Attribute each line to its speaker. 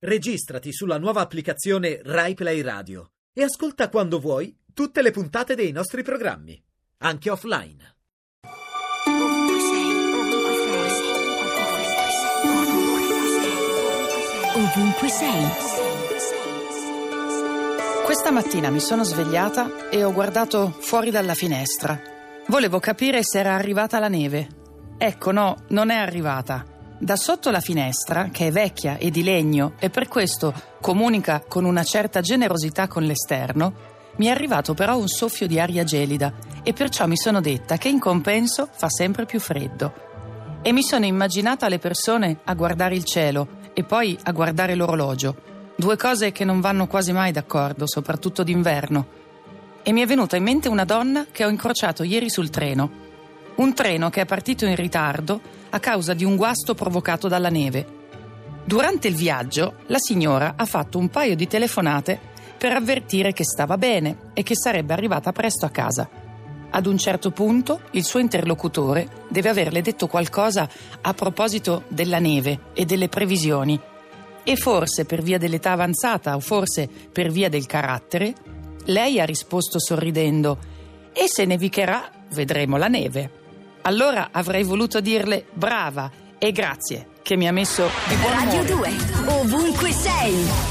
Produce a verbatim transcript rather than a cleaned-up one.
Speaker 1: Registrati sulla nuova applicazione Rai Play Radio e ascolta quando vuoi tutte le puntate dei nostri programmi, anche offline.
Speaker 2: Ovunque sei.
Speaker 3: Questa mattina mi sono svegliata e ho guardato fuori dalla finestra. Volevo capire se era arrivata la neve. Ecco, no, non è arrivata. Da sotto la finestra, che è vecchia e di legno e per questo comunica con una certa generosità con l'esterno, mi è arrivato però un soffio di aria gelida e perciò mi sono detta che in compenso fa sempre più freddo. E mi sono immaginata le persone a guardare il cielo e poi a guardare l'orologio, due cose che non vanno quasi mai d'accordo, soprattutto d'inverno. E mi è venuta in mente una donna che ho incrociato ieri sul treno. Un treno che è partito in ritardo a causa di un guasto provocato dalla neve. Durante il viaggio, la signora ha fatto un paio di telefonate per avvertire che stava bene e che sarebbe arrivata presto a casa. Ad un certo punto, il suo interlocutore deve averle detto qualcosa a proposito della neve e delle previsioni. E forse per via dell'età avanzata o forse per via del carattere, lei ha risposto sorridendo: «E se nevicherà, vedremo la neve». Allora avrei voluto dirle brava e grazie che mi ha messo di buon umore.
Speaker 2: Radio due, ovunque sei.